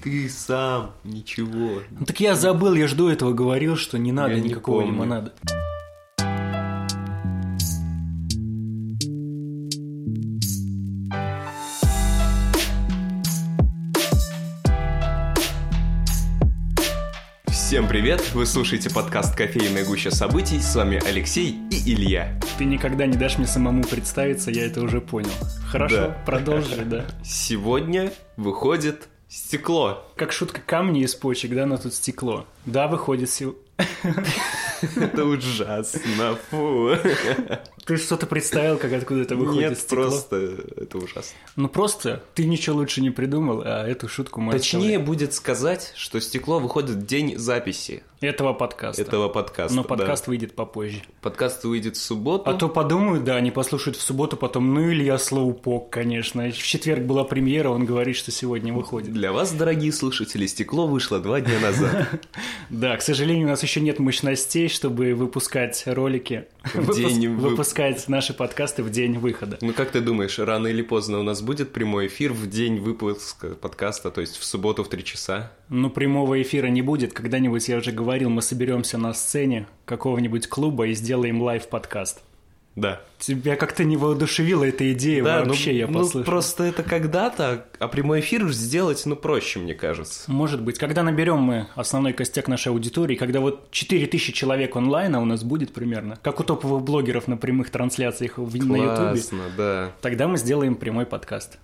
Ты сам ничего. Ну так я забыл, я же до этого говорил, что не надо никакого лимонада. Всем привет! Вы слушаете подкаст «Кофейная гуща событий». С вами Алексей и Илья. Ты никогда не дашь мне самому представиться, я это уже понял. Хорошо, Да. продолжи, да. Сегодня выходит стекло. Как шутка, камни из почек, да, но тут стекло. Да, выходит Это ужасно, фу. Ты что-то представил, как откуда это выходит Нет, стекло? просто это ужасно. Ну просто ты ничего лучше не придумал, а эту шутку мы Точнее будет сказать, что стекло выходит в день записи этого подкаста. этого подкаста. Но подкаст выйдет попозже. Подкаст выйдет в субботу. А то подумают, да, они послушают в субботу, потом, ну Илья Слоупок, конечно. В четверг была премьера, он говорит, что сегодня выходит. Для вас, дорогие слушатели, стекло вышло 2 дня назад. Да, к сожалению, у нас еще нет мощностей, чтобы выпускать ролики, выпускать наши подкасты в день выхода. Ну как ты думаешь, рано или поздно у нас будет прямой эфир в день выпуска подкаста, то есть в субботу в 3 часа? Ну, прямого эфира не будет. Когда-нибудь, я уже говорил, мы соберемся на сцене какого-нибудь клуба и сделаем лайв-подкаст. Да. Тебя как-то не воодушевила эта идея вообще, я послышал. Ну, просто это когда-то, а прямой эфир сделать, проще, мне кажется. Может быть. Когда наберем мы основной костяк нашей аудитории, когда вот 4000 человек онлайна у нас будет примерно, как у топовых блогеров на прямых трансляциях на Ютубе. Классно, да. Тогда мы сделаем прямой подкаст.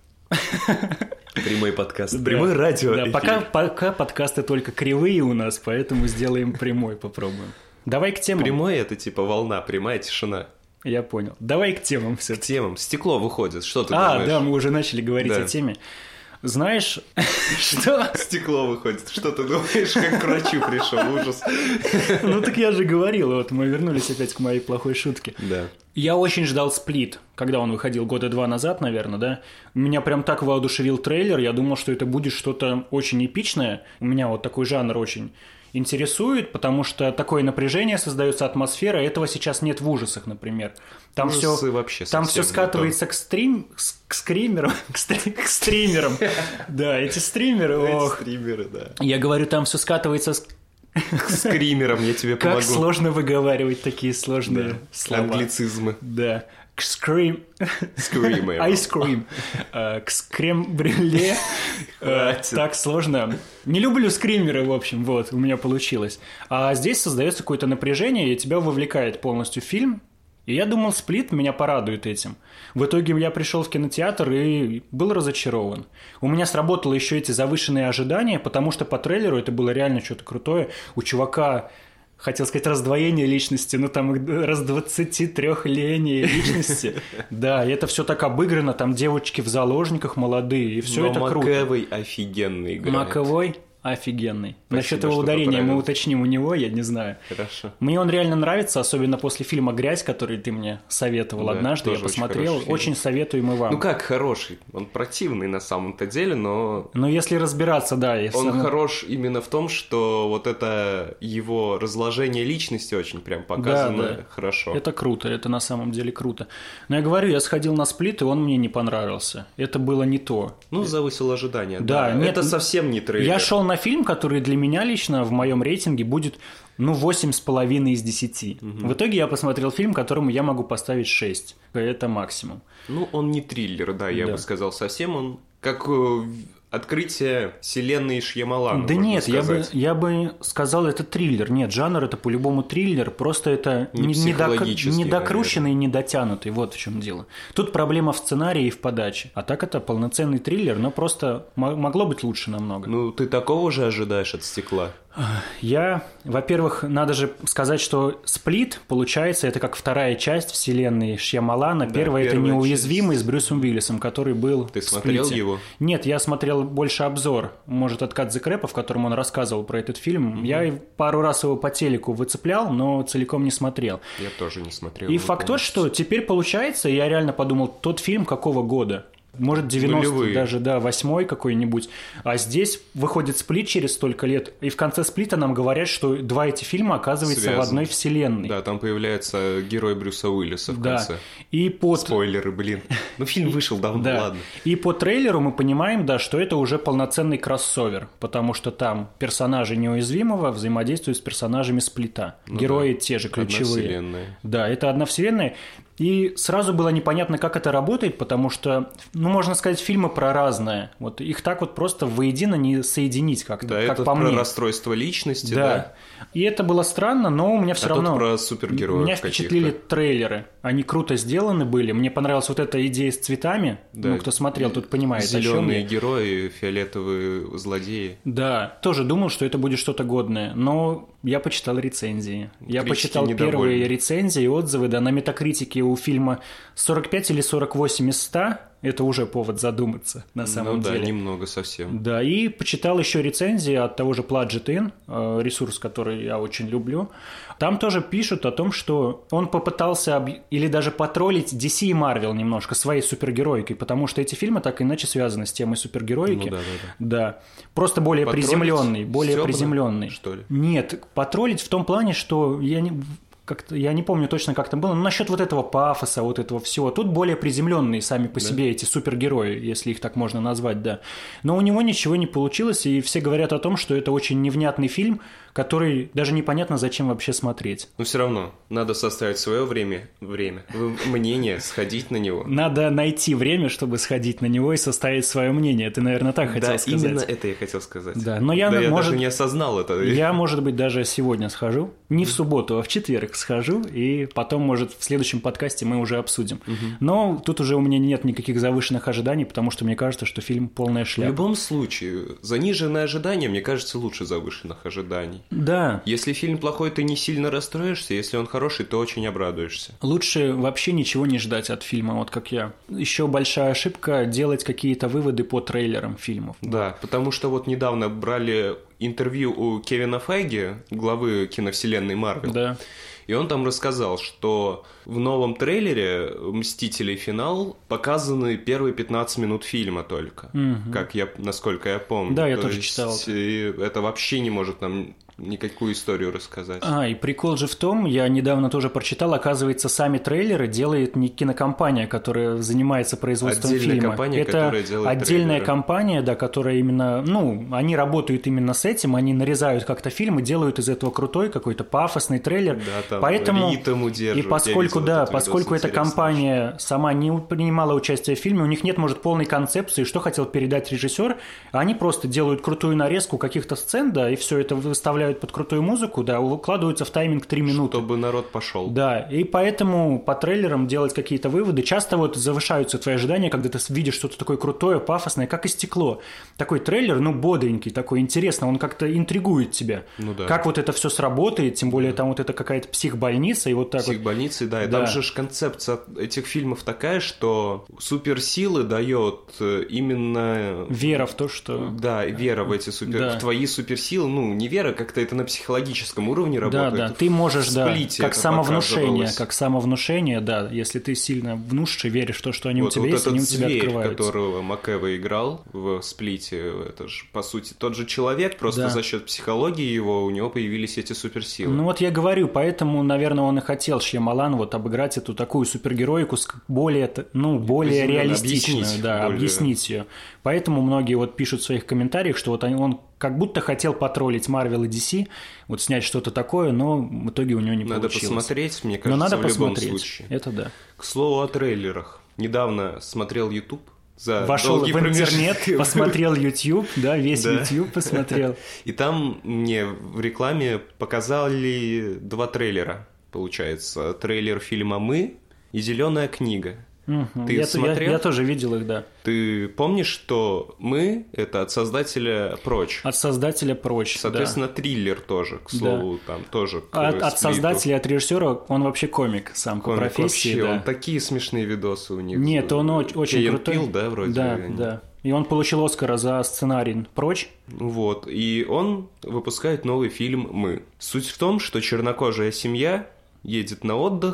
Прямой подкаст. Прямой радио. Да, пока подкасты только кривые у нас, поэтому сделаем прямой, попробуем. Давай к темам. Прямой — это типа волна, прямая тишина. Я понял. Давай к темам все. К темам. Стекло выходит. Что ты думаешь? Да, мы уже начали говорить о теме. Знаешь, что? Стекло выходит. Что ты думаешь, как к врачу пришел? Ужас. Ну так я же говорил, вот мы вернулись опять к моей плохой шутке. Да. Я очень ждал «Сплит», когда он выходил 2 года назад, наверное, да? Меня прям так воодушевил трейлер, я думал, что это будет что-то очень эпичное. У меня вот такой жанр очень интересует, потому что такое напряжение создается, атмосфера, этого сейчас нет в ужасах, например. Там все скатывается к скримерам. К стримерам. Да, эти стримеры, ох. Стримеры, да. Я говорю, там все скатывается к скримерам, я тебе помогу. Как сложно выговаривать такие сложные слова. Англицизмы. Да. К скрим... Ice cream. К скрем-брюле. Так сложно. Не люблю скримеры, в общем, вот, у меня получилось. А здесь создается какое-то напряжение, и тебя вовлекает полностью фильм. И я думал, «Сплит» меня порадует этим. В итоге я пришел в кинотеатр и был разочарован. У меня сработало еще эти завышенные ожидания, потому что по трейлеру это было реально что-то крутое. У чувака... Хотел сказать раздвоение личности, но там раз 23-ление личности. Да, и это все так обыграно, там девочки в заложниках молодые, и все это круто. Маковой офигенный играет. Маковой офигенный. Спасибо, насчет его ударения поправил. мы уточним у него, я не знаю. Хорошо. Мне он реально нравится, особенно после фильма «Грязь», который ты мне советовал однажды, я посмотрел. Очень советуем и вам. Ну как хороший? Он противный на самом-то деле, но... Но если разбираться, да. Он хорош именно в том, что вот это его разложение личности очень прям показано хорошо. Это круто, это на самом деле круто. Но я говорю, я сходил на «Сплит», и он мне не понравился. Это было не то. Ну, завысил ожидания. Да, нет, это совсем не трейлер. Я шел на фильм, который для меня лично в моем рейтинге будет, 8,5 из 10. Угу. В итоге я посмотрел фильм, которому я могу поставить 6. Это максимум. Ну, он не триллер, я бы сказал совсем. Он как открытие вселенной Шьямалана. Да нет, я бы сказал, это триллер. Нет, жанр это по-любому триллер, просто это недокрученный и недотянутый. Вот в чем дело. Тут проблема в сценарии и в подаче. А так это полноценный триллер, но просто могло быть лучше намного. Ну, ты такого же ожидаешь от «Стекла»? Во-первых, надо же сказать, что «Сплит», получается, это как вторая часть вселенной Шьямалана. Первая – это «Неуязвимый» с Брюсом Уиллисом, который был Ты смотрел его? Нет, я смотрел больше обзор, может, от Кат Зекрэпа, в котором он рассказывал про этот фильм. Я пару раз его по телеку выцеплял, но целиком не смотрел. Я тоже не смотрел. И факт тот, что теперь получается, я реально подумал, тот фильм какого года? может, 90-й, нулевые. даже, да, 8-й какой-нибудь. А здесь выходит «Сплит» через столько лет, и в конце «Сплита» нам говорят, что два эти фильма оказываются Связаны. в одной вселенной. Да, там появляется герой Брюса Уиллиса в конце. И под... Спойлеры, блин. Ну, фильм вышел давно, Да. ладно. И по трейлеру мы понимаем, да, что это уже полноценный кроссовер, потому что там персонажи Неуязвимого взаимодействуют с персонажами Сплита. Ну герои да. те же, ключевые. Одна вселенная. Да, это одна вселенная. И сразу было непонятно, как это работает, потому что, ну, можно сказать, фильмы про разное. Вот их так вот просто воедино не соединить как-то, Да, как это по про мне. расстройство личности, Да. да. И это было странно, но у меня все равно... Тут про супергероев Меня впечатлили каких-то. трейлеры. Они круто сделаны были. Мне понравилась вот эта идея с цветами. Да. Ну, кто смотрел, тут понимает, о чем Зеленые я. герои, фиолетовые злодеи. Да, тоже думал, что это будет что-то годное, но я почитал рецензии. Я Критики почитал недовольны. первые рецензии, отзывы, да, на Метакритике у фильма 45 или 48 из 100. Это уже повод задуматься, на самом Ну да, деле. немного совсем. Да, и почитал еще рецензии от того же Pludget In, ресурс, который я очень люблю. Там тоже пишут о том, что он попытался или даже потроллить DC и Marvel немножко своей супергероикой, потому что эти фильмы так или иначе связаны с темой супергероики. Ну да. Да, просто более Потроллить приземленный, более Стёбана, приземленный. что ли? Нет, потроллить в том плане, что я не помню точно, как там было, но насчет вот этого пафоса, вот этого всего. Тут более приземленные сами по себе эти супергерои, если их так можно назвать, да. Но у него ничего не получилось, и все говорят о том, что это очень невнятный фильм, который даже непонятно, зачем вообще смотреть. Но все равно надо составить свое мнение, сходить на него. Надо найти время, чтобы сходить на него и составить свое мнение. Ты, наверное, так хотел сказать. Да, именно это я хотел сказать. Да, но я даже не осознал это. Я, может быть, даже сегодня схожу. Не в субботу, а в четверг схожу, и потом, может, в следующем подкасте мы уже обсудим. Но тут уже у меня нет никаких завышенных ожиданий, потому что мне кажется, что фильм полная шляпа. В любом случае, заниженное ожидание, мне кажется, лучше завышенных ожиданий. Да. Если фильм плохой, ты не сильно расстроишься, если он хороший, то очень обрадуешься. Лучше вообще ничего не ждать от фильма, вот как я. Еще большая ошибка делать какие-то выводы по трейлерам фильмов. Да, потому что вот недавно брали интервью у Кевина Файги, главы киновселенной Марвел. Да. И он там рассказал, что в новом трейлере «Мстителей. Финал» показаны первые 15 минут фильма только, насколько я помню. Да, я тоже читал. И это вообще не может нам никакую историю рассказать. И прикол же в том, я недавно тоже прочитал, оказывается, сами трейлеры делает не кинокомпания, которая занимается производством отдельная фильма. компания, это которая делает отдельная трейлеры. компания, да, которая именно, они работают именно с этим, они нарезают как-то фильм и делают из этого крутой какой-то пафосный трейлер. Да, там поэтому ритм удерживают. и поскольку, поскольку эта компания сама не принимала участие в фильме, у них нет, может, полной концепции, что хотел передать режиссер, они просто делают крутую нарезку каких-то сцен, да, и все это выставляют под крутую музыку, да, укладываются в тайминг 3 минуты. Чтобы народ пошел. Да, и поэтому по трейлерам делать какие-то выводы. Часто вот завышаются твои ожидания, когда ты видишь что-то такое крутое, пафосное, как и «Стекло». Такой трейлер, бодренький, такой интересный, он как-то интригует тебя. Ну да. Как вот это все сработает, тем более там вот это какая-то психбольница, и вот так вот. Психбольницы, да, и Да. там же концепция этих фильмов такая, что суперсилы дает именно... Вера в то, что... Да, вера в эти в твои суперсилы, не вера, как-то это на психологическом уровне работает. Да, ты можешь, как показывалось. самовнушение, да, если ты сильно внушишь и веришь в то, что они у тебя есть, этот они у тебя зверь, открываются. которого МакЭва играл в «Сплите», это же, по сути, тот же человек, просто за счет психологии его, у него появились эти суперсилы. Ну вот я говорю, поэтому, наверное, он и хотел, Шьямалан, вот обыграть эту такую супергероику более реалистичную, объяснить ее. Поэтому многие вот пишут в своих комментариях, что вот он как будто хотел потроллить Marvel и DC, вот снять что-то такое, но в итоге у него не получилось. Надо посмотреть, мне кажется, но надо в любом посмотреть. случае. Это да. К слову о трейлерах. Недавно смотрел YouTube. Вошел в интернет, посмотрел YouTube, да, весь YouTube посмотрел. И там мне в рекламе показали 2 трейлера, получается. Трейлер фильма «Мы» и «Зеленая книга». Ты смотрел? Я тоже видел их, да. Ты помнишь, что «Мы» — это от создателя «Прочь»? От создателя «Прочь», соответственно, триллер тоже, к слову, там тоже. От создателя, от режиссера, он вообще комик сам по профессии. Вообще, да. он такие смешные видосы у них. Нет, он очень крутой. Пил, да, вроде? Да. И он получил Оскара за сценарий «Прочь». Вот, и он выпускает новый фильм «Мы». Суть в том, что чернокожая семья едет на отдых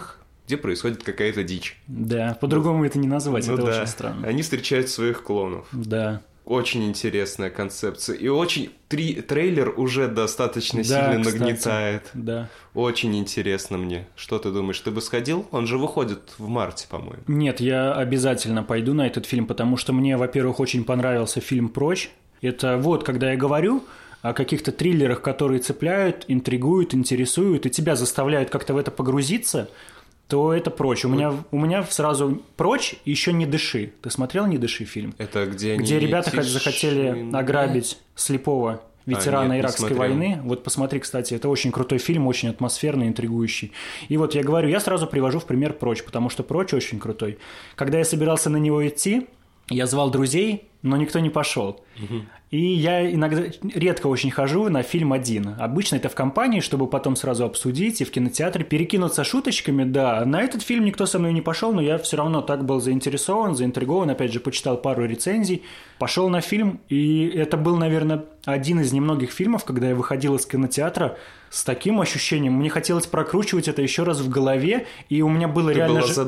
где происходит какая-то дичь. Да, по-другому это не назвать, это очень странно. Они встречают своих клонов. Да. Очень интересная концепция. И очень... трейлер уже достаточно сильно нагнетает. Да. Очень интересно мне. Что ты думаешь, ты бы сходил? Он же выходит в марте, по-моему. Нет, я обязательно пойду на этот фильм, потому что мне, во-первых, очень понравился фильм «Прочь». Это вот, когда я говорю о каких-то триллерах, которые цепляют, интригуют, интересуют, и тебя заставляют как-то в это погрузиться, то это «Прочь». У меня сразу «Прочь» и еще «Не дыши». Ты смотрел «Не дыши» фильм? Это где ребята захотели ограбить слепого ветерана Иракской войны. Вот посмотри, кстати, это очень крутой фильм, очень атмосферный, интригующий. И вот я говорю, я сразу привожу в пример «Прочь», потому что «Прочь» очень крутой. Когда я собирался на него идти, я звал друзей, но никто не пошел. И я иногда редко очень хожу на фильм один. Обычно это в компании, чтобы потом сразу обсудить и в кинотеатре перекинуться шуточками, да. На этот фильм никто со мной не пошел, но я все равно так был заинтригован, опять же, почитал пару рецензий, пошел на фильм, и это был, наверное, один из немногих фильмов, когда я выходил из кинотеатра с таким ощущением, мне хотелось прокручивать это еще раз в голове, и у меня было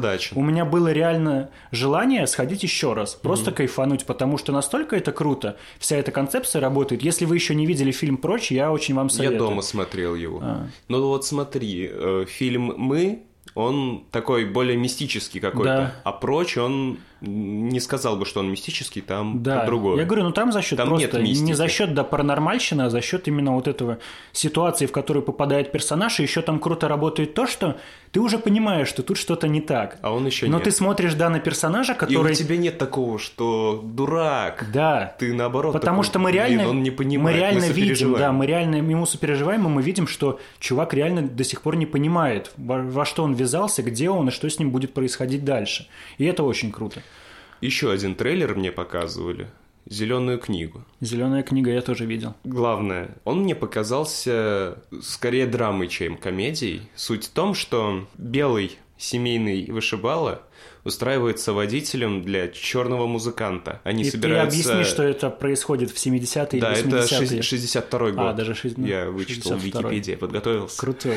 реально желание сходить еще раз, просто кайфануть, потому что настолько это круто, вся эта концепция работает. Если вы еще не видели фильм «Прочь», я очень вам советую. Я дома смотрел его. Ну вот смотри, фильм «Мы», он такой более мистический какой-то, да. А «Прочь» он не сказал бы, что он мистический, там да. другое. Я говорю, там за счет там просто нет не за счет паранормальщины, а за счет именно вот этого ситуации, в которую попадает персонаж, и еще там круто работает то, что ты уже понимаешь, что тут что-то не так. А он еще нет. Но нет. ты смотришь, на персонажа, который... И у тебя нет такого, что дурак. Да. Ты наоборот потому такой, что мы реально, он не понимает, мы реально видим, мы реально ему сопереживаем, и мы видим, что чувак реально до сих пор не понимает, во что он ввязался, где он и что с ним будет происходить дальше. И это очень круто. Еще один трейлер мне показывали. «Зеленую книгу». «Зеленая книга» я тоже видел. Главное, он мне показался скорее драмой, чем комедией. Суть в том, что белый семейный вышибала устраивается водителем для черного музыканта. Они собираются... Ты объясни, что это происходит в 70-е или 80-е. Да, это 62-й год. Даже я вычитал в Википедии, подготовился. Крутой.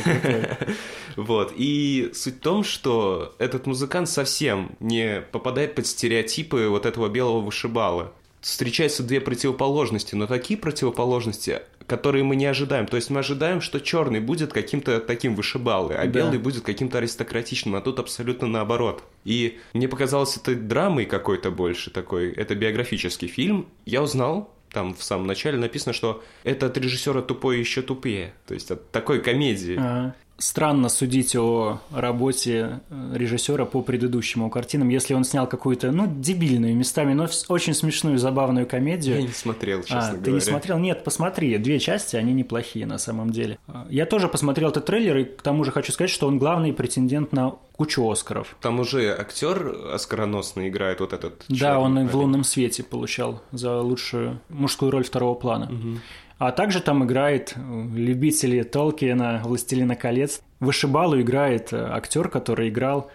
Вот. И суть в том, что этот музыкант совсем не попадает под стереотипы вот этого белого вышибала. Встречаются две противоположности, но такие противоположности, которые мы не ожидаем. То есть мы ожидаем, что черный будет каким-то таким вышибалой, а белый будет каким-то аристократичным, а тут абсолютно наоборот. И мне показалось это драмой какой-то больше такой. Это биографический фильм. Я узнал, там в самом начале написано, что это от режиссера «Тупой еще тупее». То есть от такой комедии. Странно судить о работе режиссера по предыдущим картинам, если он снял какую-то, дебильную местами, но очень смешную, забавную комедию. Я не смотрел, честно говоря. Ты не смотрел? Нет, посмотри. 2 части, они неплохие на самом деле. Я тоже посмотрел этот трейлер, и к тому же хочу сказать, что он главный претендент на кучу Оскаров. Там уже актер оскароносный играет вот этот человек. Да, он в «Лунном свете» получал за лучшую мужскую роль второго плана. А также там играет любители Толкиена, «Властелина колец». Вышибалу играет актер, который играл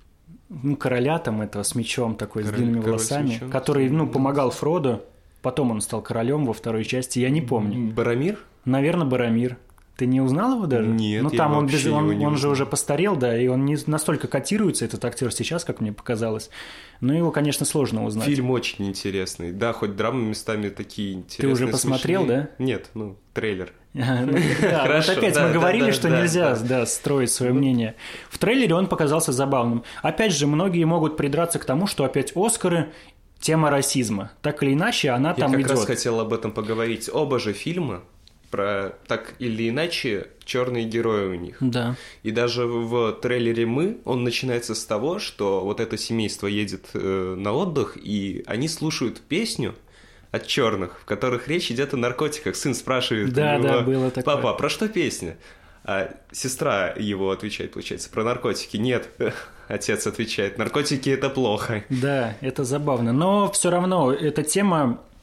короля там этого с мечом такой, с длинными волосами, который помогал Фродо. Потом он стал королем во второй части, я не помню. Боромир? Наверное, Боромир. Ты не узнал его даже? Нет, там он же уже постарел, да, и он не настолько котируется, этот актер сейчас, как мне показалось. Но его, конечно, сложно узнать. Фильм очень интересный. Да, хоть драмы местами такие интересные. Ты уже посмотрел, смешные. Да? Нет, трейлер. Хорошо. Вот опять мы говорили, что нельзя строить свое мнение. В трейлере он показался забавным. Опять же, многие могут придраться к тому, что опять Оскары – тема расизма. Так или иначе, она там идет. Я как раз хотел об этом поговорить. Оба же фильма про так или иначе черные герои у них. Да. И даже в трейлере «Мы» он начинается с того, что вот это семейство едет на отдых, и они слушают песню от черных, в которых речь идет о наркотиках. Сын спрашивает у него: было такое. «Папа, про что песня?» А сестра его отвечает, получается, про наркотики. Нет, отец отвечает, наркотики – это плохо. Да, это забавно. Но все равно эта тема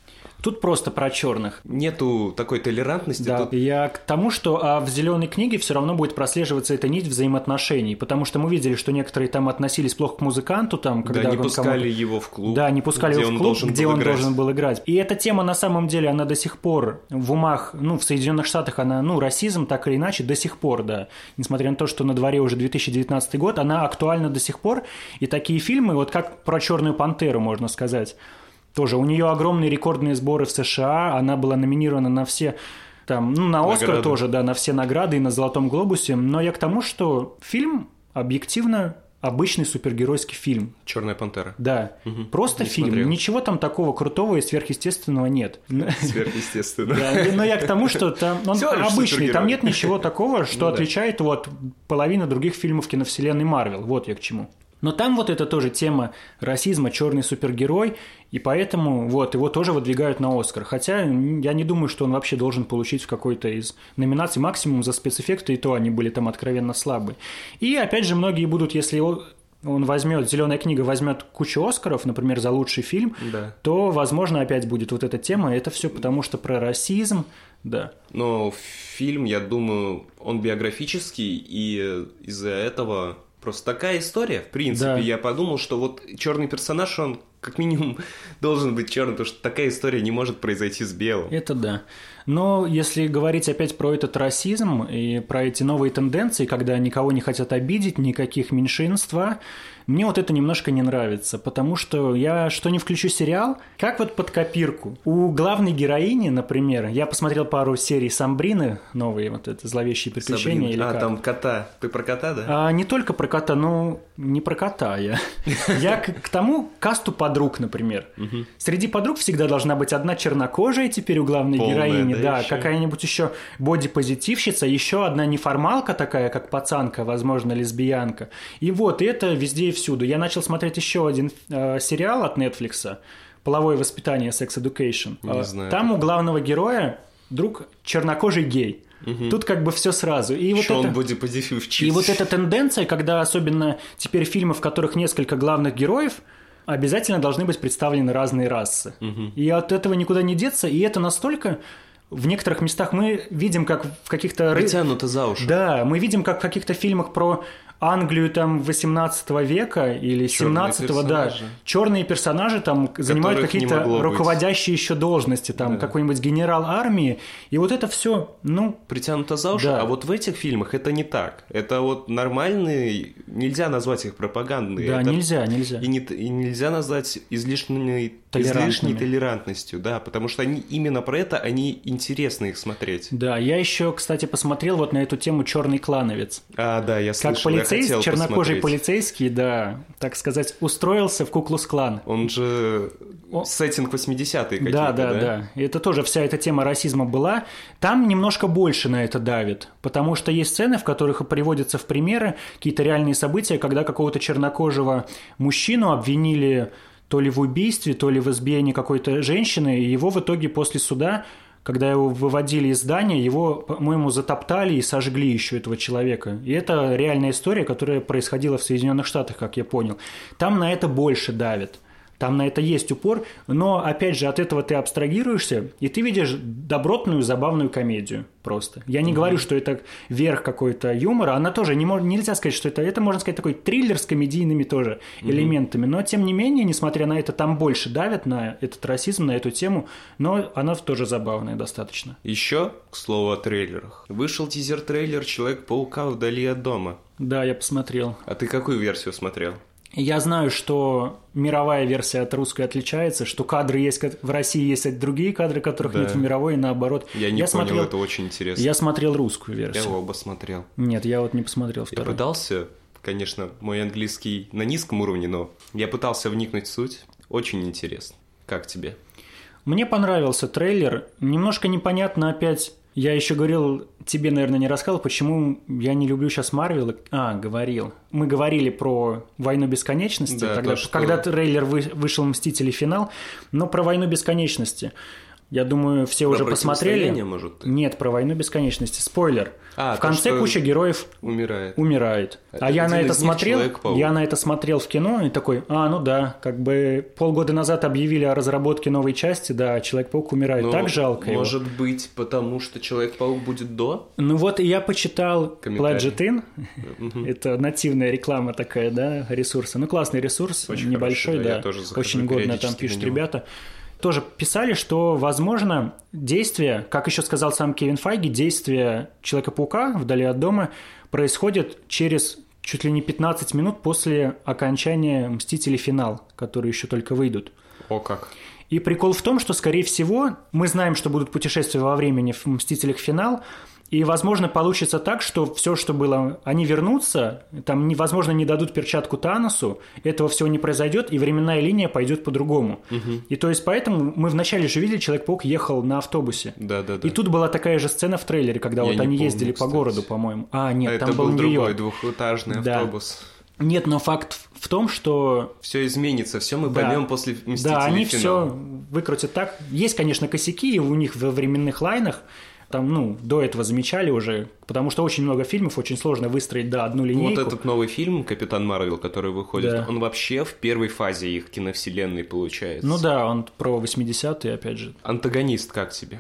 Тут просто про черных. Нету такой толерантности. Да, тут... я к тому, что в «Зеленой книге» все равно будет прослеживаться эта нить взаимоотношений, потому что мы видели, что некоторые там относились плохо к музыканту, там, когда не пускали его в клуб. Да, не пускали его в клуб, где он должен был играть. И эта тема, на самом деле, она до сих пор в умах, в Соединенных Штатах, она, расизм, так или иначе, до сих пор, да. Несмотря на то, что на дворе уже 2019 год, она актуальна до сих пор. И такие фильмы, вот как про «Черную пантеру», можно сказать, тоже у нее огромные рекордные сборы в США, она была номинирована на все, там, на «Оскар» награды. Тоже, да, на все награды и на «Золотом глобусе». Но я к тому, что фильм объективно обычный супергеройский фильм. «Черная пантера». Да, просто фильм. Смотрел. Ничего там такого крутого и сверхъестественного нет. Сверхъестественно. Да, но я к тому, что там он обычный, там нет ничего такого, что отличает его от половины других фильмов киновселенной Марвел. Вот я к чему. Но там вот это тоже тема расизма, черный супергерой, и поэтому вот его тоже выдвигают на «Оскар». Хотя я не думаю, что он вообще должен получить в какой-то из номинаций, максимум за спецэффекты, и то они были там откровенно слабые. И опять же многие будут, если он возьмет, «Зеленая книга» возьмет кучу «Оскаров», например, за лучший фильм, то, возможно, опять будет вот эта тема. Это все потому, что про расизм, да. Но фильм, я думаю, он биографический, и из-за этого... Просто такая история, в принципе. Да. Я подумал, что вот черный персонаж, он как минимум должен быть черным, потому что такая история не может произойти с белым. Это да. Но если говорить опять про этот расизм и про эти новые тенденции, когда никого не хотят обидеть, никаких меньшинств, мне вот это немножко не нравится, потому что я что не включу сериал, как вот под копирку. У главной героини, например, я посмотрел пару серий Самбрины, новые, вот это «Зловещие приключения». Или там кота. Ты про кота, да? Не только про кота, не про кота я. Я к тому касту подруг, например. Среди подруг всегда должна быть одна чернокожая теперь у главной героини, да, какая-нибудь еще бодипозитивщица, еще одна неформалка такая, как пацанка, возможно, лесбиянка. И вот это везде и всюду. Я начал смотреть еще один сериал от Netflix «Половое воспитание, Sex Education». Не знаю. Там у главного героя друг чернокожий гей. Тут как бы все сразу. И вот это... бодипозитивщица. И вот эта тенденция, когда особенно теперь фильмы, в которых несколько главных героев, обязательно должны быть представлены разные расы. И от этого никуда не деться. И это настолько... В некоторых местах мы видим, как в каких-то... Притянуто за уши. Да, мы видим, как в каких-то фильмах про Англию там 18 века или 17-го, да, черные персонажи там занимают какие-то руководящие еще должности, там какой-нибудь генерал армии, и вот это все, притянуто за уши, а вот в этих фильмах это не так. Это вот нормальные, нельзя назвать их пропагандой. Да, это... нельзя. И нельзя назвать излишней толерантностью, да, потому что они именно про это, они интересно их смотреть. Да, я еще, кстати, посмотрел вот на эту тему «Черный клановец». Да, я слышал, как чернокожий полицейский, да, так сказать, устроился в Ку-клукс-клан. Он же сеттинг 80-е какие-то, да? Да. И это тоже вся эта тема расизма была. Там немножко больше на это давит, потому что есть сцены, в которых приводятся в примеры какие-то реальные события, когда какого-то чернокожего мужчину обвинили то ли в убийстве, то ли в избиении какой-то женщины, и его в итоге после суда... Когда его выводили из здания, его, по-моему, затоптали и сожгли еще этого человека. И это реальная история, которая происходила в Соединенных Штатах, как я понял. Там на это больше давят. Там на это есть упор, но, опять же, от этого ты абстрагируешься, и ты видишь добротную, забавную комедию просто. Я не говорю, что это верх какой-то юмора, она тоже, нельзя сказать, что это можно сказать, такой триллер с комедийными тоже элементами, но, тем не менее, несмотря на это, там больше давят на этот расизм, на эту тему, но она тоже забавная достаточно. Еще, к слову, о трейлерах. Вышел тизер-трейлер «Человек-паука вдали от дома». Да, я посмотрел. А ты какую версию смотрел? Я знаю, что мировая версия от русской отличается, что кадры есть в России, есть другие кадры, которых нет в мировой, и наоборот. Я не понял, это очень интересно. Я смотрел русскую версию. Я оба смотрел. Нет, я вот не посмотрел вторую. Я пытался, конечно, мой английский на низком уровне, но я пытался вникнуть в суть. Очень интересно. Как тебе? Мне понравился трейлер. Немножко непонятно опять... Я еще говорил, тебе, наверное, не рассказал, почему я не люблю сейчас Марвел. Говорил. Мы говорили про «Войну бесконечности», да, когда трейлер вышел «Мстители. Финал», но про «Войну бесконечности». Я думаю, все уже посмотрели. Может? Нет, про «Войну бесконечности». Спойлер. В конце куча героев умирает. А я на это смотрел в кино и такой, ну да, как бы полгода назад объявили о разработке новой части, да, Человек-паук умирает. Так жалко его. Может быть, потому что Человек-паук будет до? Ну вот, я почитал Pledge It In. Это нативная реклама такая, да, ресурса. Ну, классный ресурс, очень небольшой, да. Очень годно там пишут ребята. Тоже писали, что, возможно, действие, как еще сказал сам Кевин Файги, действие Человека-паука «Вдали от дома» происходит через чуть ли не 15 минут после окончания «Мстителей. Финал», которые еще только выйдут. О как! И прикол в том, что, скорее всего, мы знаем, что будут путешествия во времени в «Мстителях. Финал», и, возможно, получится так, что все, что было, они вернутся, там, возможно, не дадут перчатку Таносу, этого всего не произойдет, и временная линия пойдет по-другому. И то есть поэтому мы вначале же видели, Человек-паук ехал на автобусе. Да. И тут была такая же сцена в трейлере, когда вот они ездили по городу, по-моему. Нет, там был Нью-Йорк. Это был другой двухэтажный автобус. Нет, но факт в том, что... Все изменится, все мы поймем после «Мстителей. Да, они Финал». все выкрутят так. Есть, конечно, косяки у них во временных лайнах. Там, до этого замечали уже, потому что очень много фильмов, очень сложно выстроить, одну линейку. Вот этот новый фильм «Капитан Марвел», который выходит, он вообще в первой фазе их киновселенной получается. Ну да, он про 80-е, опять же. Антагонист как тебе?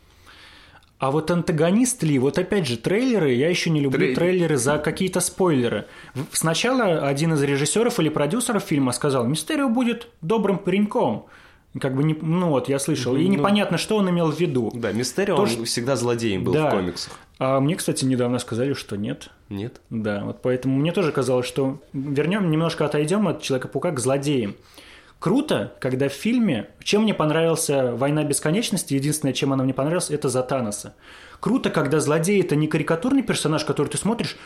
А вот антагонист ли? Вот опять же, трейлеры, я еще не люблю трейлеры за какие-то спойлеры. Сначала один из режиссеров или продюсеров фильма сказал, Мистерио будет добрым пареньком. Как бы я слышал. И непонятно, что он имел в виду. Да, Мистерио, он всегда злодеем был в комиксах. А мне, кстати, недавно сказали, что нет. Нет? Да, вот поэтому мне тоже казалось, что немножко отойдем от Человека-паука к злодеям. Круто, когда в фильме... Чем мне понравился «Война бесконечности», единственное, чем она мне понравилась, это за Таноса. Круто, когда злодей – это не карикатурный персонаж, который ты смотришь,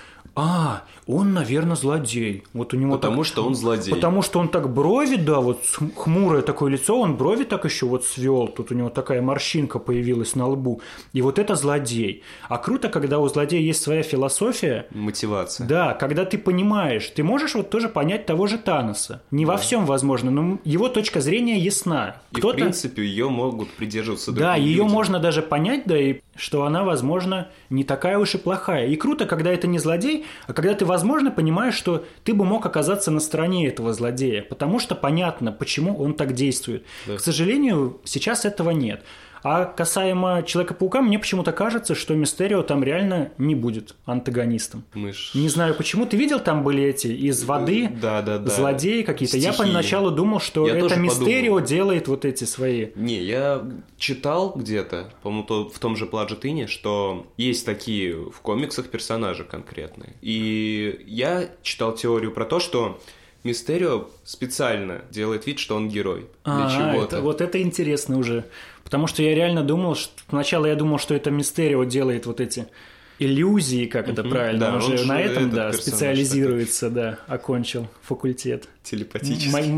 он, наверное, злодей. Вот у него потому что он злодей. Потому что он так брови, вот хмурое такое лицо, он брови так еще вот свел, тут у него такая морщинка появилась на лбу. И вот это злодей. А круто, когда у злодея есть своя философия. Мотивация. Да, когда ты понимаешь, ты можешь вот тоже понять того же Таноса. Не во всем возможно, но его точка зрения ясна. И, в принципе, ее могут придерживаться другие люди. Да, ее можно даже понять, и что она, возможно, не такая уж и плохая. И круто, когда это не злодей, а когда ты, возможно, понимаешь, что ты бы мог оказаться на стороне этого злодея, потому что понятно, почему он так действует. Да. К сожалению, сейчас этого нет. А касаемо Человека-паука, мне почему-то кажется, что Мистерио там реально не будет антагонистом. Не знаю почему. Ты видел, там были эти из воды злодеи какие-то? Стихии. Я поначалу думал, что это Мистерио делает вот эти свои... Не, я читал где-то, по-моему, в том же Pledge It In, что есть такие в комиксах персонажи конкретные. И я читал теорию про то, что Мистерио специально делает вид, что он герой. Для чего-то. Вот это интересно уже. Потому что я реально думал, сначала я думал, что это Мистерио делает вот эти иллюзии, как это правильно, да, он же на этом специализируется, такой. Окончил факультет. Телепатический.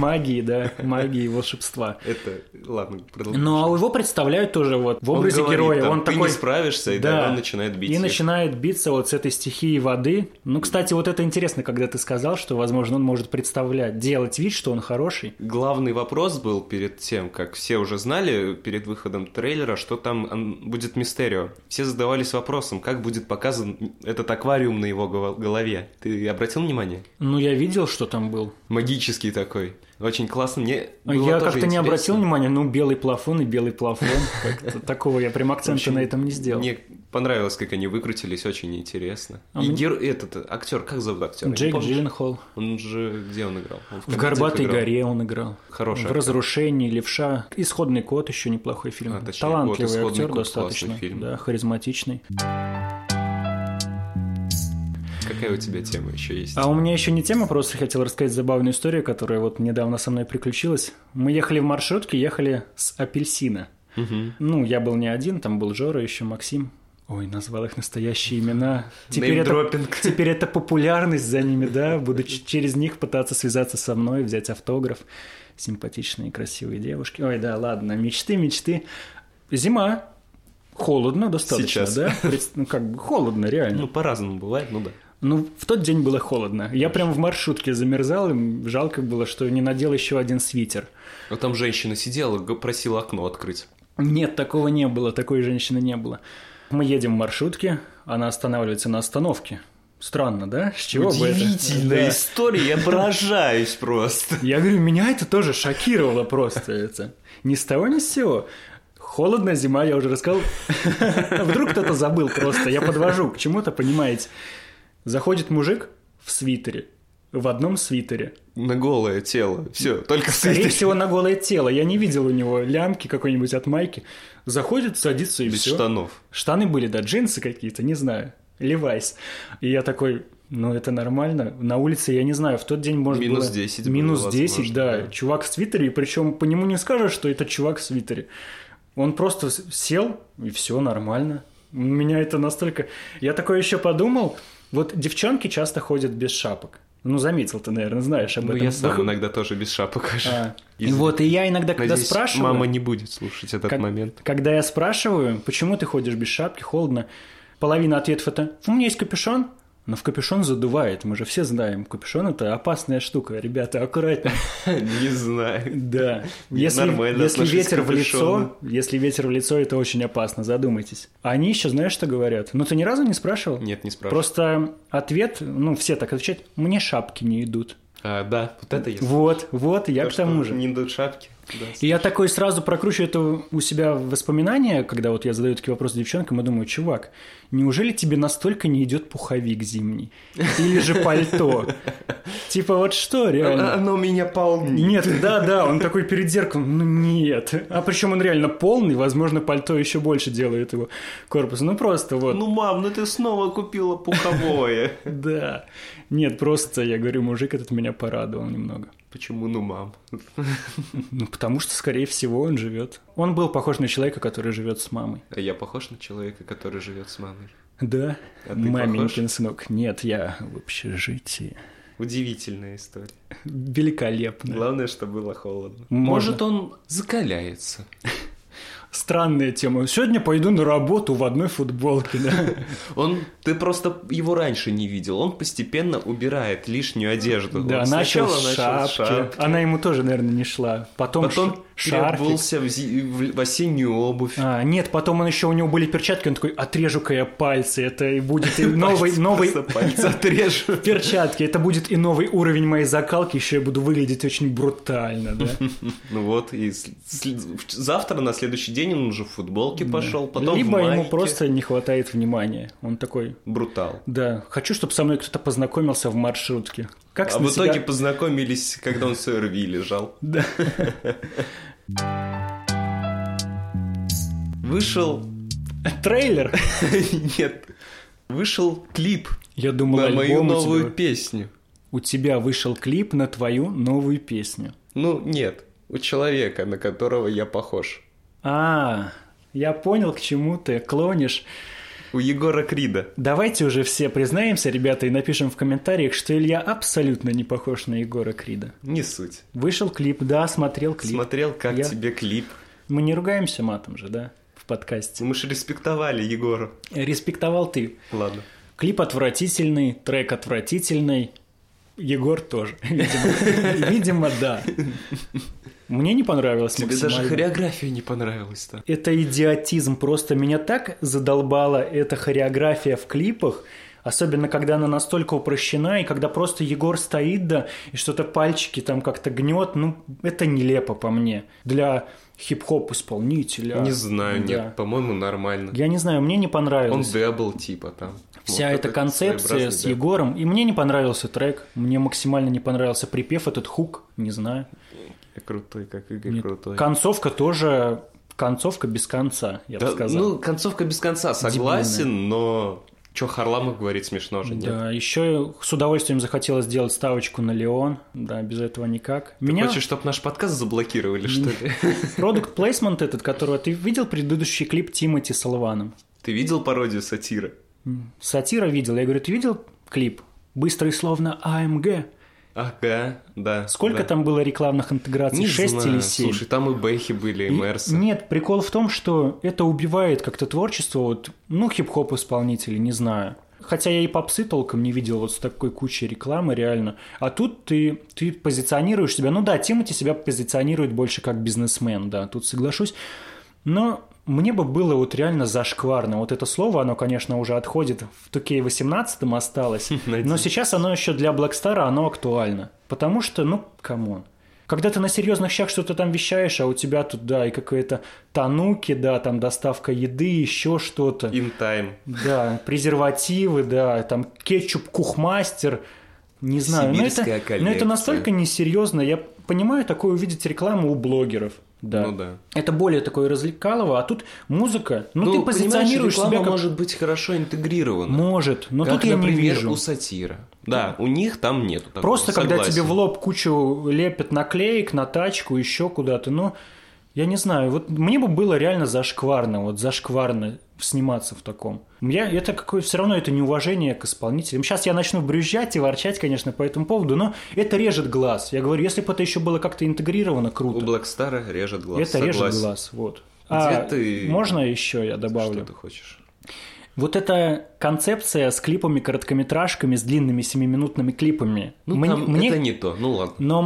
Магии, волшебства. Это, ладно, продолжим. Ну, а его представляют тоже вот в образе героя. Он ты такой... не справишься, и он начинает биться. И начинает биться вот с этой стихией воды. Ну, кстати, вот это интересно, когда ты сказал, что, возможно, он может делать вид, что он хороший. Главный вопрос был перед тем, как все уже знали, перед выходом трейлера, что там будет Мистерио. Все задавались вопросом, как будет показан этот аквариум на его голове. Ты обратил внимание? Ну, я видел, что там был. Магический такой. Очень классно. Мне я как-то не обратил внимания, белый плафон и белый плафон. Такого я прям акцента на этом не сделал. Мне понравилось, как они выкрутились, очень интересно. И этот актер, как зовут актера? Джейк Джилленхол. Он же где он играл? В «Горбатой горе» он играл. Хороший актер. В «Разрушении», «Левша». «Исходный код» еще неплохой фильм. Талантливый актер достаточно. Да, харизматичный. Какая у тебя тема еще есть? А у меня еще не тема, просто хотел рассказать забавную историю, которая вот недавно со мной приключилась. Мы ехали в маршрутке, ехали с Апельсина. Ну, я был не один, там был Жора, еще Максим. Ой, назвал их настоящие имена. Теперь это популярность за ними, да. Буду через них пытаться связаться со мной, взять автограф. Симпатичные, красивые девушки. Ой, да, ладно, мечты. Зима. Холодно достаточно, сейчас. Да? Холодно, реально. Ну, по-разному бывает, да. Ну, в тот день было холодно. Я прям в маршрутке замерзал, и жалко было, что не надел еще один свитер. Но там женщина сидела, просила окно открыть. Нет, такого не было, такой женщины не было. Мы едем в маршрутке, она останавливается на остановке. Странно, да? С чего бы это? Удивительная история, я поражаюсь просто. Я говорю, меня это тоже шокировало просто. Это. Ни с того, ни с сего. Холодно, зима, я уже рассказал. Вдруг кто-то забыл просто. Я подвожу к чему-то, понимаете. Заходит мужик в свитере. В одном свитере. На голое тело. Все, только Скорее всего, на голое тело. Я не видел у него лямки какой-нибудь от майки. Заходит, садится и без все. штанов. Штаны были, да, джинсы какие-то, не знаю. Левайс. И я такой, ну это нормально. На улице, я не знаю, в тот день, может, минус было... 10 минус было, 10, возможно, да. Чувак в свитере, и причем по нему не скажешь, что это чувак в свитере. Он просто сел, и все нормально. Меня это настолько... Я такое еще подумал. Вот девчонки часто ходят без шапок. Ну, заметил ты, наверное, знаешь об этом. Ну, я сам иногда тоже без шапок хожу. Вот, и я иногда, когда Надеюсь, спрашиваю... мама не будет слушать этот момент. Когда я спрашиваю, почему ты ходишь без шапки, холодно, половина ответов это «у меня есть капюшон». Но в капюшон задувает, мы же все знаем. Капюшон – это опасная штука, ребята, аккуратно. Не знаю. Да. Если ветер в лицо, это очень опасно, задумайтесь. Они еще, знаешь, что говорят? Ну, ты ни разу не спрашивал? Нет, не спрашивал. Просто ответ, ну, все так отвечают, мне шапки не идут. Да, вот это есть. Вот, я к тому же. Не идут шапки. Да, и я такой сразу прокручиваю это у себя в воспоминания, когда вот я задаю такие вопросы девчонкам, и думаю, чувак, неужели тебе настолько не идет пуховик зимний? Или же пальто? Типа вот что реально? Оно меня полнит. Нет, да, он такой перед зеркалом, ну нет. А причем он реально полный, возможно, пальто еще больше делает его корпус. Ну просто вот. Ну, мам, ну ты снова купила пуховое. Да. Нет, просто, я говорю, мужик этот меня порадовал немного. Почему ну мам? Ну, потому что, скорее всего, он живет. Он был похож на человека, который живет с мамой. А я похож на человека, который живет с мамой? Да. А ты маменькин похож? сынок. Нет, я в общежитии. Удивительная история. Великолепно. Главное, что было холодно. Можно. Может, он закаляется. Странная тема. Сегодня пойду на работу в одной футболке, да? Ты просто его раньше не видел. Он постепенно убирает лишнюю одежду. Да, Вот начал сначала с шапки. Она ему тоже, наверное, не шла. Потом шарфик. переобулся в осеннюю обувь. Нет, потом у него были перчатки, он такой, отрежу-ка я пальцы, это и будет и новый пальцы отрежу. Перчатки, это будет и новый уровень моей закалки, еще я буду выглядеть очень брутально, да? Ну вот, и завтра, на следующий день он уже в футболке пошел, потом либо в майке. ему просто не хватает внимания, он такой... Брутал. Да, хочу, чтобы со мной кто-то познакомился в маршрутке. Как в итоге познакомились, когда он в СРВ лежал. Да. Вышел... Трейлер? Нет. Вышел клип Я думал, на мою альбом новую песню. У тебя вышел клип на твою новую песню. Ну, нет. У человека, на которого я похож. Я понял, к чему ты клонишь. У Егора Крида. Давайте уже все признаемся, ребята, и напишем в комментариях, что Илья абсолютно не похож на Егора Крида. Не суть. Вышел клип, да, смотрел клип. Смотрел, как тебе клип. Мы не ругаемся матом же, да, в подкасте. Мы же респектовали Егора. Респектовал ты. Ладно. Клип отвратительный, трек отвратительный. Егор тоже. Видимо, да. Мне не понравилось Тебе максимально. даже хореография не понравилась-то. Это идиотизм. Просто меня так задолбала эта хореография в клипах, особенно когда она настолько упрощена, и когда просто Егор стоит, да, и что-то пальчики там как-то гнет. Ну, это нелепо по мне. Для хип-хоп исполнителя. Не знаю, нет, по-моему, нормально. Я не знаю, мне не понравилось. Он дэбл типа там. Вся эта концепция с Егором. И мне не понравился трек, мне максимально не понравился припев, этот хук, не знаю. Крутой, как Игорь Крутой. Концовка тоже... Концовка без конца, я бы сказал. Ну, концовка без конца, согласен, дебильная. Но... Чё Харламов говорит, смешно же, нет? Да, еще с удовольствием захотелось сделать ставочку на Леон. Да, без этого никак. Ты хочешь, чтобы наш подкаст заблокировали, что ли? Product Placement этот, которого... Ты видел предыдущий клип Тимати с Алваном? Ты видел пародию Сатира? Сатира видел. Я говорю, ты видел клип? Быстрый словно АМГ. Ага, да. Сколько там было рекламных интеграций? Не 6 знаю. или 7? Слушай, там и Бэхи были, и Мерсы. Нет, прикол в том, что это убивает как-то творчество, вот, ну, хип-хоп исполнителей, не знаю. Хотя я и попсы толком не видел вот с такой кучей рекламы, реально. А тут ты позиционируешь себя... Ну да, Тимати себя позиционирует больше как бизнесмен, да, тут соглашусь. Но мне бы было вот реально зашкварно. Вот это слово, оно, конечно, уже отходит, в 2K18 осталось, но сейчас оно еще для Black Star, оно актуально. Потому что, ну, камон. Когда ты на серьезных щах что-то там вещаешь, а у тебя тут, да, и какие-то тануки, да, там доставка еды, еще что-то. In time. Да, презервативы, да, там кетчуп Кухмастер, не знаю. Но это настолько несерьезно. Я понимаю такое увидеть рекламу у блогеров. Да. Ну да. Это более такое развлекалово, а тут музыка. Ну ты позиционируешь себя как... может быть хорошо интегрирована. Может, но как, тут я например, не вижу. У сатира. Да, у них там нету такого. Просто согласен. когда тебе в лоб кучу лепят наклеек на тачку, еще куда-то, ну, я не знаю, вот мне бы было реально зашкварно сниматься в таком. Это какое все равно это неуважение к исполнителям. Сейчас я начну брюзжать и ворчать, конечно, по этому поводу, но это режет глаз. Я говорю, если бы это еще было как-то интегрировано, круто. У Black Star режет глаз. Это согласен. режет глаз, вот. Можно еще я добавлю? Что ты хочешь? Вот эта концепция с клипами-короткометражками, с длинными 7-минутными клипами. Ну, это не то, ну ладно. Но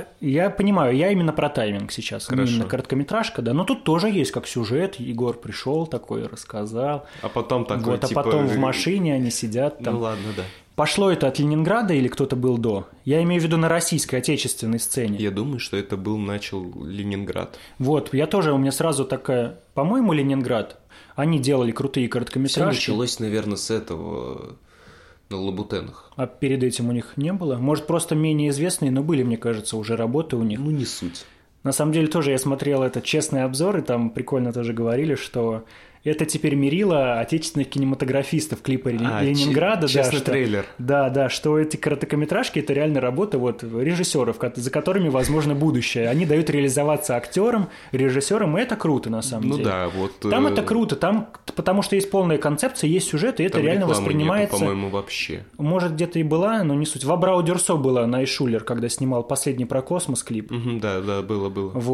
я понимаю, я именно про тайминг сейчас. Хорошо. Именно короткометражка, да. Но тут тоже есть как сюжет. Егор пришел такой, рассказал. А потом такой, вот, типа... А потом в машине они сидят там. Ну ладно, да. Пошло это от Ленинграда или кто-то был до? Я имею в виду на российской, отечественной сцене. Я думаю, что это начал Ленинград. Вот, у меня сразу такая... По-моему, Ленинград... Они делали крутые короткометражки. Все началось, наверное, с этого на Лабутенах. А перед этим у них не было? Может, просто менее известные, но были, мне кажется, уже работы у них. Ну, не суть. На самом деле, тоже я смотрел этот честный обзор, и там прикольно тоже говорили, что это теперь мерило отечественных кинематографистов клипа Ленинграда. Честный трейлер. Да, что эти короткометражки – это реально работа режиссеров, за которыми возможно будущее. Они дают реализоваться актерам, режиссерам, и это круто на самом деле. Ну да, вот... Там это круто, потому что есть полная концепция, есть сюжет, и это реально воспринимается... Нету, по-моему, вообще. Может, где-то и была, но не суть. В Абрау Дюрсо была на Айшулер, когда снимал последний про космос клип. Да, было.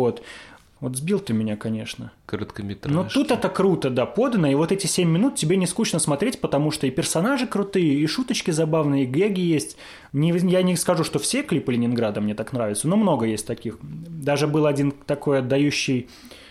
Вот сбил ты меня, конечно. Короткометражки. Но тут это круто, да, подано, и вот эти 7 минут тебе не скучно смотреть, потому что и персонажи крутые, и шуточки забавные, и гэги есть. Я не скажу, что все клипы Ленинграда мне так нравятся, но много есть таких. Даже был один такой отдающий...